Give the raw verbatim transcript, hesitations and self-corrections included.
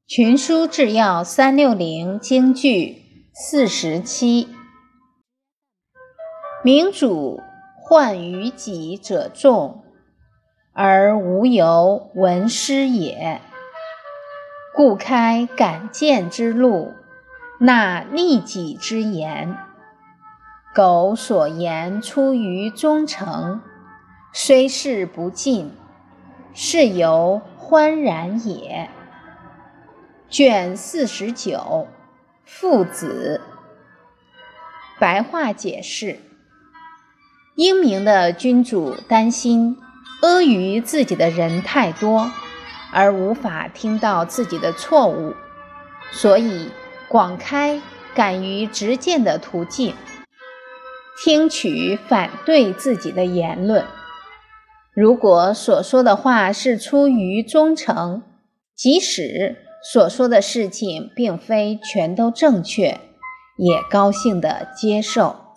群书治要三六零京剧四十七。明主患于己者众，而无由闻师也。故开敢谏之路，纳利己之言。苟所言出于忠诚，虽事不尽，是由欢然也。卷四十九，父子。白话解释：英明的君主担心阿谀自己的人太多，而无法听到自己的错误，所以广开敢于直谏的途径，听取反对自己的言论。如果所说的话是出于忠诚，即使所说的事情并非全都正确，也高兴地接受。